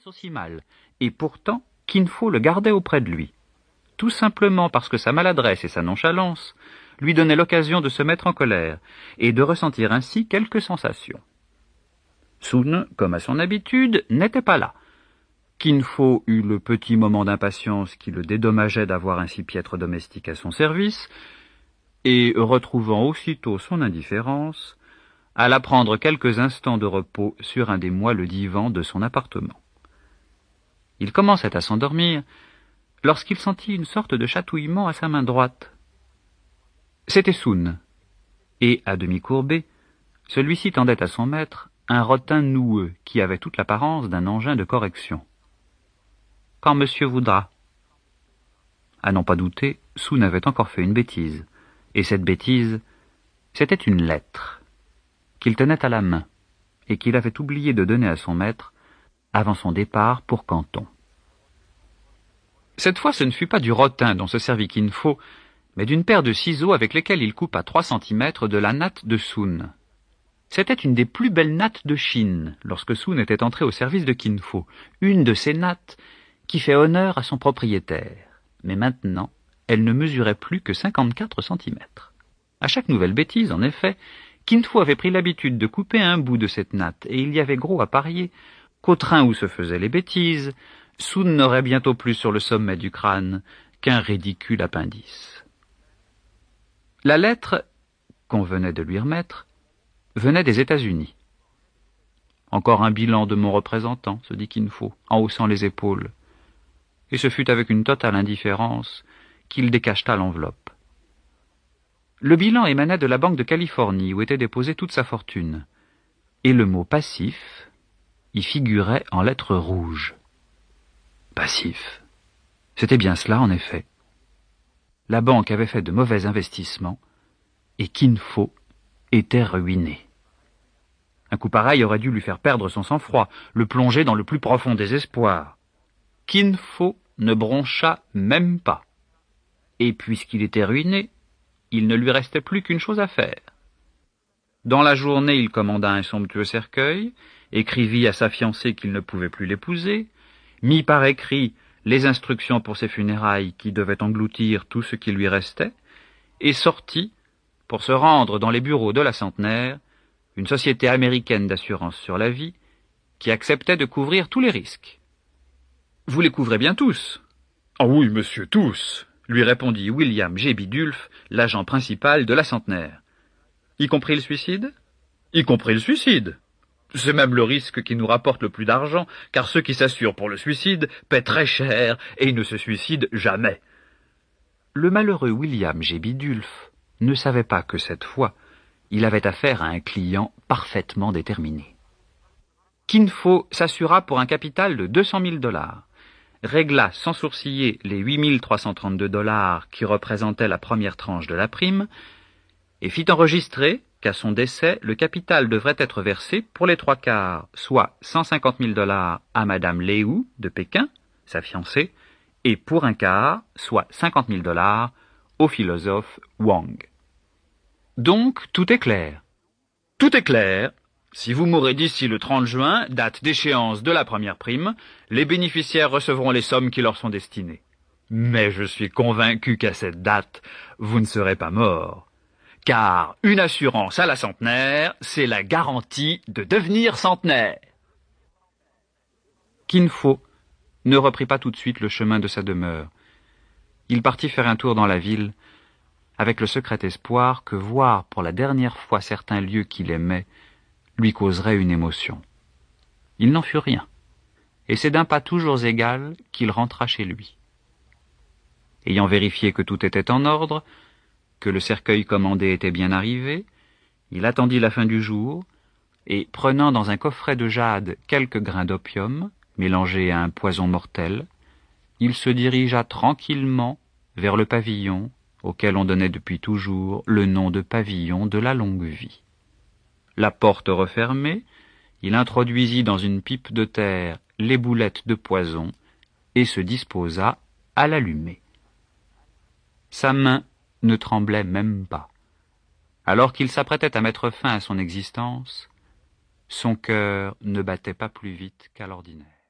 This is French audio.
service aussi mal, et pourtant Kin Fo le gardait auprès de lui, tout simplement parce que sa maladresse et sa nonchalance lui donnaient l'occasion de se mettre en colère et de ressentir ainsi quelques sensations. Sun, comme à son habitude, n'était pas là. Kin Fo eut le petit moment d'impatience qui le dédommageait d'avoir un si piètre domestique à son service, et, retrouvant aussitôt son indifférence, alla prendre quelques instants de repos sur un des moelleux divans de son appartement. Il commençait à s'endormir lorsqu'il sentit une sorte de chatouillement à sa main droite. C'était Sun, et, à demi courbé, celui-ci tendait à son maître un rotin noueux qui avait toute l'apparence d'un engin de correction. « Quand monsieur voudra. » À n'en pas douter, Sun avait encore fait une bêtise, et cette bêtise, c'était une lettre qu'il tenait à la main et qu'il avait oublié de donner à son maître avant son départ pour Canton. Cette fois, ce ne fut pas du rotin dont se servit Kin Fo, mais d'une paire de ciseaux avec lesquels il coupa 3 centimètres de la natte de Sun. C'était une des plus belles nattes de Chine lorsque Sun était entré au service de Kin Fo, une de ces nattes qui fait honneur à son propriétaire. Mais maintenant, elle ne mesurait plus que 54 centimètres. À chaque nouvelle bêtise, en effet, Kin Fo avait pris l'habitude de couper un bout de cette natte, et il y avait gros à parier qu'au train où se faisaient les bêtises, Sun n'aurait bientôt plus sur le sommet du crâne qu'un ridicule appendice. La lettre qu'on venait de lui remettre venait des États-Unis. Encore un bilan de mon représentant, se dit Kin Fo, en haussant les épaules, et ce fut avec une totale indifférence qu'il décacheta l'enveloppe. Le bilan émanait de la Banque de Californie, où était déposée toute sa fortune, et le mot passif y figurait en lettres rouges. Passif. C'était bien cela, en effet. La banque avait fait de mauvais investissements, et Kin Fo était ruiné. Un coup pareil aurait dû lui faire perdre son sang-froid, le plonger dans le plus profond désespoir. Kin Fo ne broncha même pas. Et puisqu'il était ruiné, il ne lui restait plus qu'une chose à faire. Dans la journée, il commanda un somptueux cercueil, écrivit à sa fiancée qu'il ne pouvait plus l'épouser, mit par écrit les instructions pour ses funérailles qui devaient engloutir tout ce qui lui restait, et sortit pour se rendre dans les bureaux de la Centenaire, une société américaine d'assurance sur la vie, qui acceptait de couvrir tous les risques. « Vous les couvrez bien tous ?»« Ah oui, monsieur, tous !» lui répondit William G. Bidulph, l'agent principal de la Centenaire. « Y compris le suicide ?»« Y compris le suicide. C'est même le risque qui nous rapporte le plus d'argent, car ceux qui s'assurent pour le suicide paient très cher et ne se suicident jamais. » Le malheureux William G. Bidulph ne savait pas que cette fois, il avait affaire à un client parfaitement déterminé. Kin Fo s'assura pour un capital de $200,000, régla sans sourciller les 8332 $ qui représentaient la première tranche de la prime, et fit enregistrer qu'à son décès, le capital devrait être versé pour les 3/4, soit $150,000 à Madame Léou de Pékin, sa fiancée, et pour un quart, soit $50,000 au philosophe Wang. Donc, tout est clair. Tout est clair. Si vous mourrez d'ici le 30 juin, date d'échéance de la première prime, les bénéficiaires recevront les sommes qui leur sont destinées. Mais je suis convaincu qu'à cette date, vous ne serez pas mort. Car une assurance à la centenaire, c'est la garantie de devenir centenaire. Kin Fo ne reprit pas tout de suite le chemin de sa demeure. Il partit faire un tour dans la ville, avec le secret espoir que voir pour la dernière fois certains lieux qu'il aimait lui causerait une émotion. Il n'en fut rien, et c'est d'un pas toujours égal qu'il rentra chez lui. Ayant vérifié que tout était en ordre, que le cercueil commandé était bien arrivé, il attendit la fin du jour, et prenant dans un coffret de jade quelques grains d'opium, mélangés à un poison mortel, il se dirigea tranquillement vers le pavillon auquel on donnait depuis toujours le nom de pavillon de la longue vie. La porte refermée, il introduisit dans une pipe de terre les boulettes de poison et se disposa à l'allumer. Sa main ne tremblait même pas. Alors qu'il s'apprêtait à mettre fin à son existence, son cœur ne battait pas plus vite qu'à l'ordinaire.